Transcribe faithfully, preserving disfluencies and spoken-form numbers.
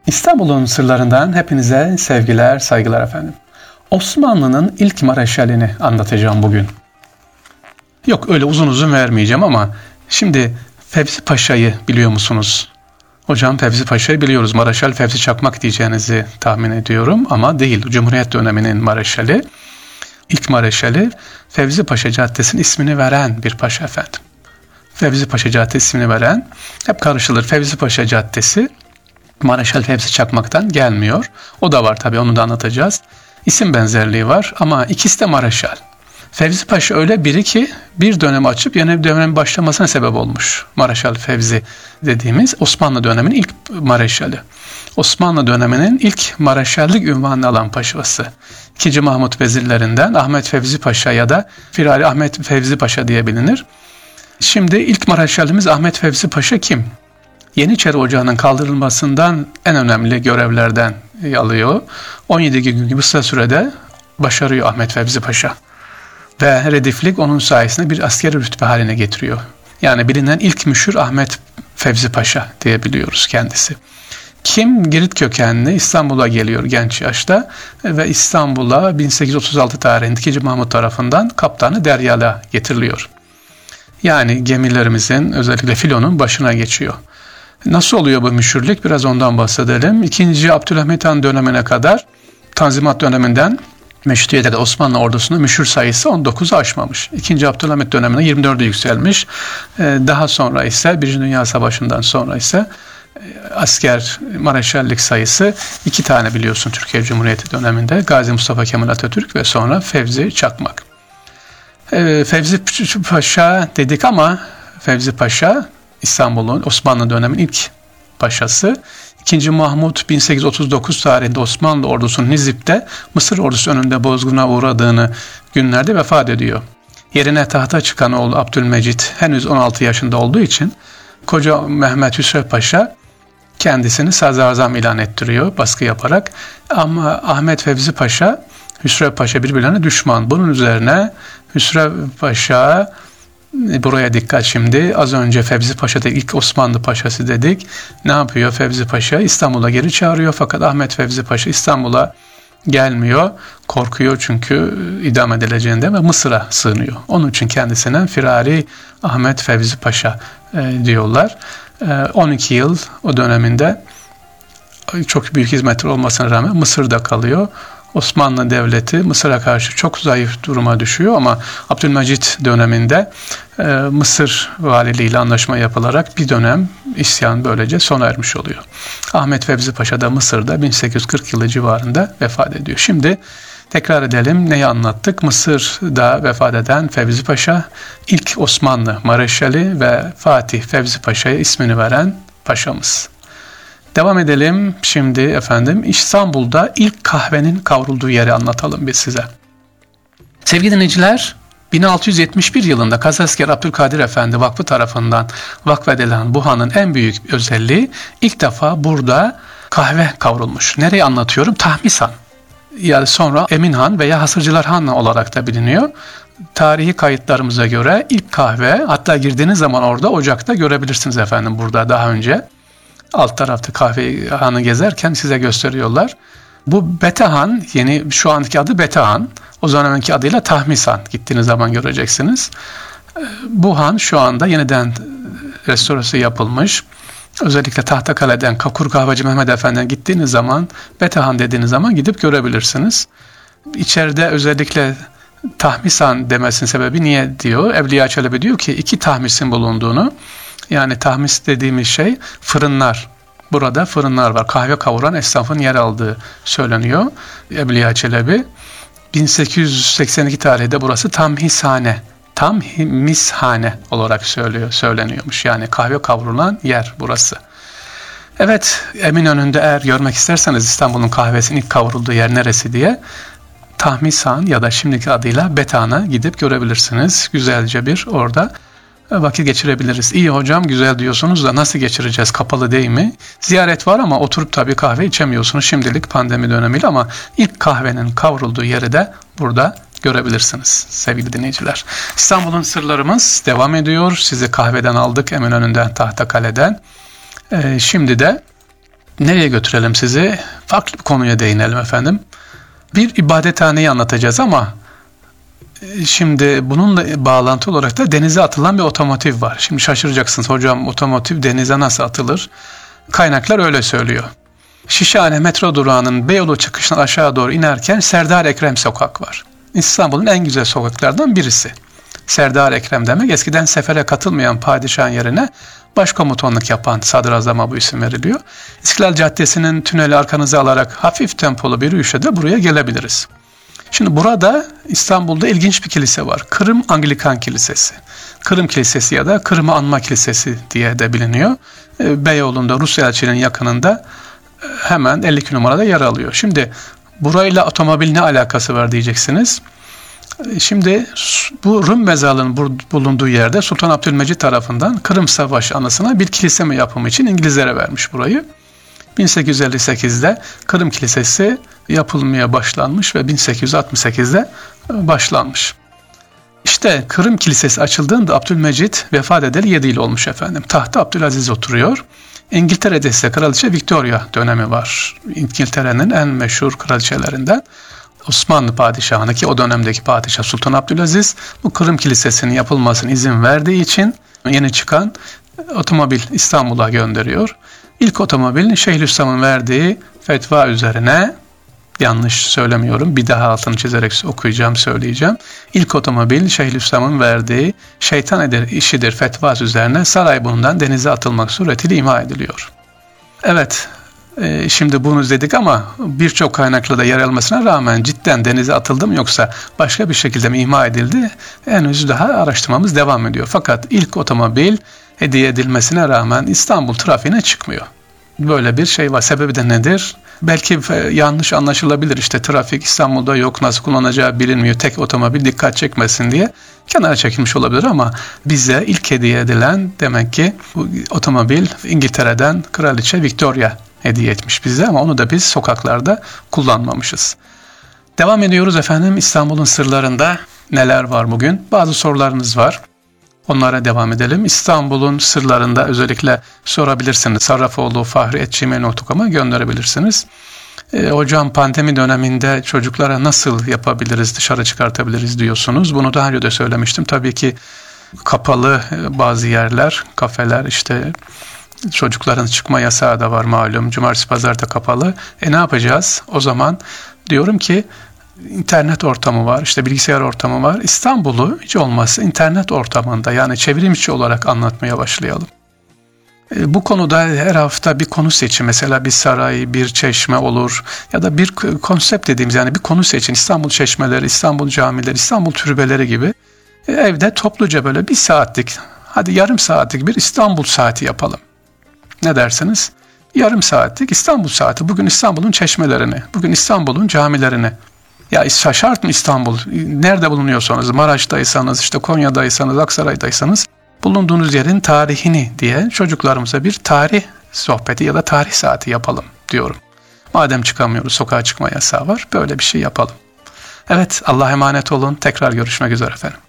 İstanbul'un sırlarından hepinize sevgiler, saygılar efendim. Osmanlı'nın ilk mareşalini anlatacağım bugün. Yok öyle uzun uzun vermeyeceğim ama şimdi Fevzi Paşa'yı biliyor musunuz? Hocam Fevzi Paşa'yı biliyoruz. Mareşal Fevzi Çakmak diyeceğinizi tahmin ediyorum ama değil. Cumhuriyet döneminin mareşali. İlk mareşali Fevzi Paşa Caddesi'nin ismini veren bir paşa efendim. Fevzi Paşa Caddesi ismini veren, hep karışılır. Fevzi Paşa Caddesi Mareşal Fevzi Çakmak'tan gelmiyor. O da var tabii, onu da anlatacağız. İsim benzerliği var ama ikisi de Mareşal. Fevzi Paşa öyle biri ki bir dönem açıp yeni bir dönemin başlamasına sebep olmuş. Mareşal Fevzi dediğimiz Osmanlı döneminin ilk mareşali. Osmanlı döneminin ilk mareşallik ünvanını alan paşası. İkinci Mahmut vezirlerinden Ahmet Fevzi Paşa ya da Firari Ahmet Fevzi Paşa diye bilinir. Şimdi ilk mareşalimiz Ahmet Fevzi Paşa kim? Yeniçeri Ocağı'nın kaldırılmasından en önemli görevlerden alıyor. on yedi gün gibi kısa sürede başarıyor Ahmet Fevzi Paşa. Ve rediflik onun sayesinde bir askeri rütbe haline getiriyor. Yani bilinen ilk müşür Ahmet Fevzi Paşa diyebiliyoruz kendisi. Kim? Girit kökenli, İstanbul'a geliyor genç yaşta ve İstanbul'a bin sekiz yüz otuz altı tarihinde ikinci Mahmut tarafından kaptanı Derya'la getiriliyor. Yani gemilerimizin, özellikle filonun başına geçiyor. Nasıl oluyor bu müşürlük? Biraz ondan bahsedelim. İkinci Abdülhamit Han dönemine kadar, Tanzimat döneminden Meşrutiyet'e de Osmanlı ordusunda müşür sayısı on dokuzu aşmamış. İkinci Abdülhamit döneminde yirmi dörde yükselmiş. Daha sonra ise Birinci Dünya Savaşı'ndan sonra ise asker mareşallik sayısı iki tane biliyorsun Türkiye Cumhuriyeti döneminde. Gazi Mustafa Kemal Atatürk ve sonra Fevzi Çakmak. Fevzi Paşa dedik ama Fevzi Paşa İstanbul'un Osmanlı döneminin ilk paşası. İkinci Mahmut bin sekiz yüz otuz dokuz tarihinde Osmanlı ordusunun Nizip'te Mısır ordusu önünde bozguna uğradığını günlerde vefat ediyor. Yerine tahta çıkan oğlu Abdülmecit henüz on altı yaşında olduğu için koca Mehmet Hüsrev Paşa kendisini sadrazam ilan ettiriyor baskı yaparak. Ama Ahmet Fevzi Paşa, Hüsrev Paşa birbirlerine düşman. Bunun üzerine Hüsrev Paşa, buraya dikkat şimdi, az önce Fevzi Paşa da ilk Osmanlı Paşası dedik. Ne yapıyor Fevzi Paşa? İstanbul'a geri çağırıyor fakat Ahmet Fevzi Paşa İstanbul'a gelmiyor. Korkuyor çünkü idam edileceğinden ve Mısır'a sığınıyor. Onun için kendisine Firari Ahmet Fevzi Paşa e, diyorlar. E, on iki yıl o döneminde çok büyük hizmetler olmasına rağmen Mısır'da kalıyor. Osmanlı Devleti Mısır'a karşı çok zayıf duruma düşüyor ama Abdülmecit döneminde e, Mısır valiliğiyle anlaşma yapılarak bir dönem isyan böylece sona ermiş oluyor. Ahmet Fevzi Paşa da Mısır'da bin sekiz yüz kırk yılı civarında vefat ediyor. Şimdi tekrar edelim, neyi anlattık? Mısır'da vefat eden Fevzi Paşa ilk Osmanlı Mareşali ve Fatih Fevzi Paşa'ya ismini veren paşamız. Devam edelim şimdi efendim. İstanbul'da ilk kahvenin kavrulduğu yeri anlatalım biz size. Sevgili dinleyiciler, bin altı yüz yetmiş bir yılında Kazasker Abdülkadir Efendi Vakfı tarafından vakfedilen bu hanın en büyük özelliği, ilk defa burada kahve kavrulmuş. Nereye anlatıyorum? Tahmis Han. Yani sonra Emin Han veya Hasırcılar Han olarak da biliniyor. Tarihi kayıtlarımıza göre ilk kahve, hatta girdiğiniz zaman orada ocakta görebilirsiniz efendim, burada daha önce. Alt tarafta kahve hanı gezerken size gösteriyorlar. Bu Betehan, yeni şu anki adı Betehan. O zamanki adıyla Tahmis Han. Gittiğiniz zaman göreceksiniz. Bu han şu anda yeniden restorası yapılmış. Özellikle Tahtakale'den Kakur Kahveci Mehmet Efendi'ne gittiğiniz zaman, Betehan dediğiniz zaman gidip görebilirsiniz. İçeride özellikle Tahmis Han demesinin sebebi niye diyor? Evliya Çelebi diyor ki iki tahmisin bulunduğunu, yani tahmis dediğimiz şey fırınlar. Burada fırınlar var. Kahve kavuran esnafın yer aldığı söyleniyor. Evliya Çelebi. bin sekiz yüz seksen iki tarihinde burası Tamhishane. Tamhishane olarak söylüyor, söyleniyormuş. Yani kahve kavrulan yer burası. Evet, Eminönü'nde eğer görmek isterseniz İstanbul'un kahvesinin ilk kavrulduğu yer neresi diye, Tahmishan ya da şimdiki adıyla Betehan'a gidip görebilirsiniz. Güzelce bir orada vakit geçirebiliriz. İyi hocam, güzel diyorsunuz da nasıl geçireceğiz? Kapalı değil mi? Ziyaret var ama oturup tabii kahve içemiyorsunuz şimdilik pandemi dönemiyle, ama ilk kahvenin kavrulduğu yeri de burada görebilirsiniz sevgili dinleyiciler. İstanbul'un sırlarımız devam ediyor. Sizi kahveden aldık, Eminönü'nden, Tahtakale'den. Ee, şimdi de Nereye götürelim sizi? Farklı bir konuya değinelim efendim. Bir ibadethaneyi anlatacağız ama şimdi bununla bağlantı olarak da denize atılan bir otomotiv var. Şimdi şaşıracaksınız, hocam otomotiv denize nasıl atılır? Kaynaklar öyle söylüyor. Şişhane metro durağının Beyoğlu çıkışından aşağı doğru inerken Serdar Ekrem Sokak var. İstanbul'un en güzel sokaklardan birisi. Serdar Ekrem demek, eskiden sefere katılmayan padişahın yerine başkomutanlık yapan sadrazama bu isim veriliyor. İstiklal Caddesi'nin tüneli arkanıza alarak hafif tempolu bir yürüyüşle de buraya gelebiliriz. Şimdi burada İstanbul'da ilginç bir kilise var. Kırım Anglikan Kilisesi. Kırım Kilisesi ya da Kırım'ı Anma Kilisesi diye de biliniyor. Beyoğlu'nda Rus elçiliğinin yakınında hemen elli iki numarada yer alıyor. Şimdi burayla otomobil ne alakası var diyeceksiniz. Şimdi bu Rum mezarlığının bulunduğu yerde Sultan Abdülmecit tarafından Kırım Savaşı anısına bir kilise mi yapımı için İngilizlere vermiş burayı. bin sekiz yüz elli sekizde Kırım Kilisesi yapılmaya başlanmış ve bin sekiz yüz altmış sekizde başlanmış. İşte Kırım Kilisesi açıldığında Abdülmecit vefat edeli yedi yıl olmuş efendim. Tahta Abdülaziz oturuyor. İngiltere'de ise Kraliçe Victoria dönemi var. İngiltere'nin en meşhur kraliçelerinden. Osmanlı padişahına, ki o dönemdeki padişah Sultan Abdülaziz, bu Kırım Kilisesi'nin yapılmasına izin verdiği için yeni çıkan otomobil İstanbul'a gönderiyor. İlk otomobilin Şeyhülislam'ın verdiği fetva üzerine, yanlış söylemiyorum, bir daha altını çizerek okuyacağım, söyleyeceğim. İlk otomobil Şeyhülislam'ın verdiği şeytan eder işidir fetvası üzerine Sarayburnu'ndan denize atılmak suretiyle imha ediliyor. Evet, e, şimdi bunu dedik ama birçok kaynaklarda yer almasına rağmen cidden denize atıldı mı yoksa başka bir şekilde mi imha edildi? Henüz daha araştırmamız devam ediyor. Fakat ilk otomobil hediye edilmesine rağmen İstanbul trafiğine çıkmıyor. Böyle bir şey var. Sebebi de nedir? Belki yanlış anlaşılabilir. İşte trafik İstanbul'da yok, nasıl kullanacağı bilinmiyor, tek otomobil dikkat çekmesin diye kenara çekilmiş olabilir ama bize ilk hediye edilen demek ki bu otomobil İngiltere'den Kraliçe Victoria hediye etmiş bize ama onu da biz sokaklarda kullanmamışız. Devam ediyoruz efendim. İstanbul'un sırlarında neler var bugün? Bazı sorularınız var. Onlara devam edelim. İstanbul'un sırlarında özellikle sorabilirsiniz. sarrafoğlu fahri et gmail nokta com'a gönderebilirsiniz. E, hocam pandemi döneminde çocuklara nasıl yapabiliriz, dışarı çıkartabiliriz diyorsunuz. Bunu daha önce de söylemiştim. Tabii ki kapalı bazı yerler, kafeler, işte çocukların çıkma yasağı da var malum. Cumartesi pazar da kapalı. E ne yapacağız? O zaman diyorum ki İnternet ortamı var, işte bilgisayar ortamı var. İstanbul'u hiç olmazsa internet ortamında, yani çevrimiçi olarak anlatmaya başlayalım. E, bu konuda her hafta bir konu seçin. Mesela bir saray, bir çeşme olur ya da bir konsept dediğimiz, yani bir konu seçin. İstanbul çeşmeleri, İstanbul camileri, İstanbul türbeleri gibi. E, evde topluca böyle bir saatlik, hadi yarım saatlik bir İstanbul saati yapalım. Ne dersiniz? Yarım saatlik İstanbul saati. Bugün İstanbul'un çeşmelerini, bugün İstanbul'un camilerini. Ya şart mı İstanbul? Nerede bulunuyorsanız, Maraş'taysanız, işte Konya'daysanız, Aksaray'daysanız bulunduğunuz yerin tarihini diye çocuklarımıza bir tarih sohbeti ya da tarih saati yapalım diyorum. Madem çıkamıyoruz, sokağa çıkma yasağı var, böyle bir şey yapalım. Evet, Allah'a emanet olun. Tekrar görüşmek üzere efendim.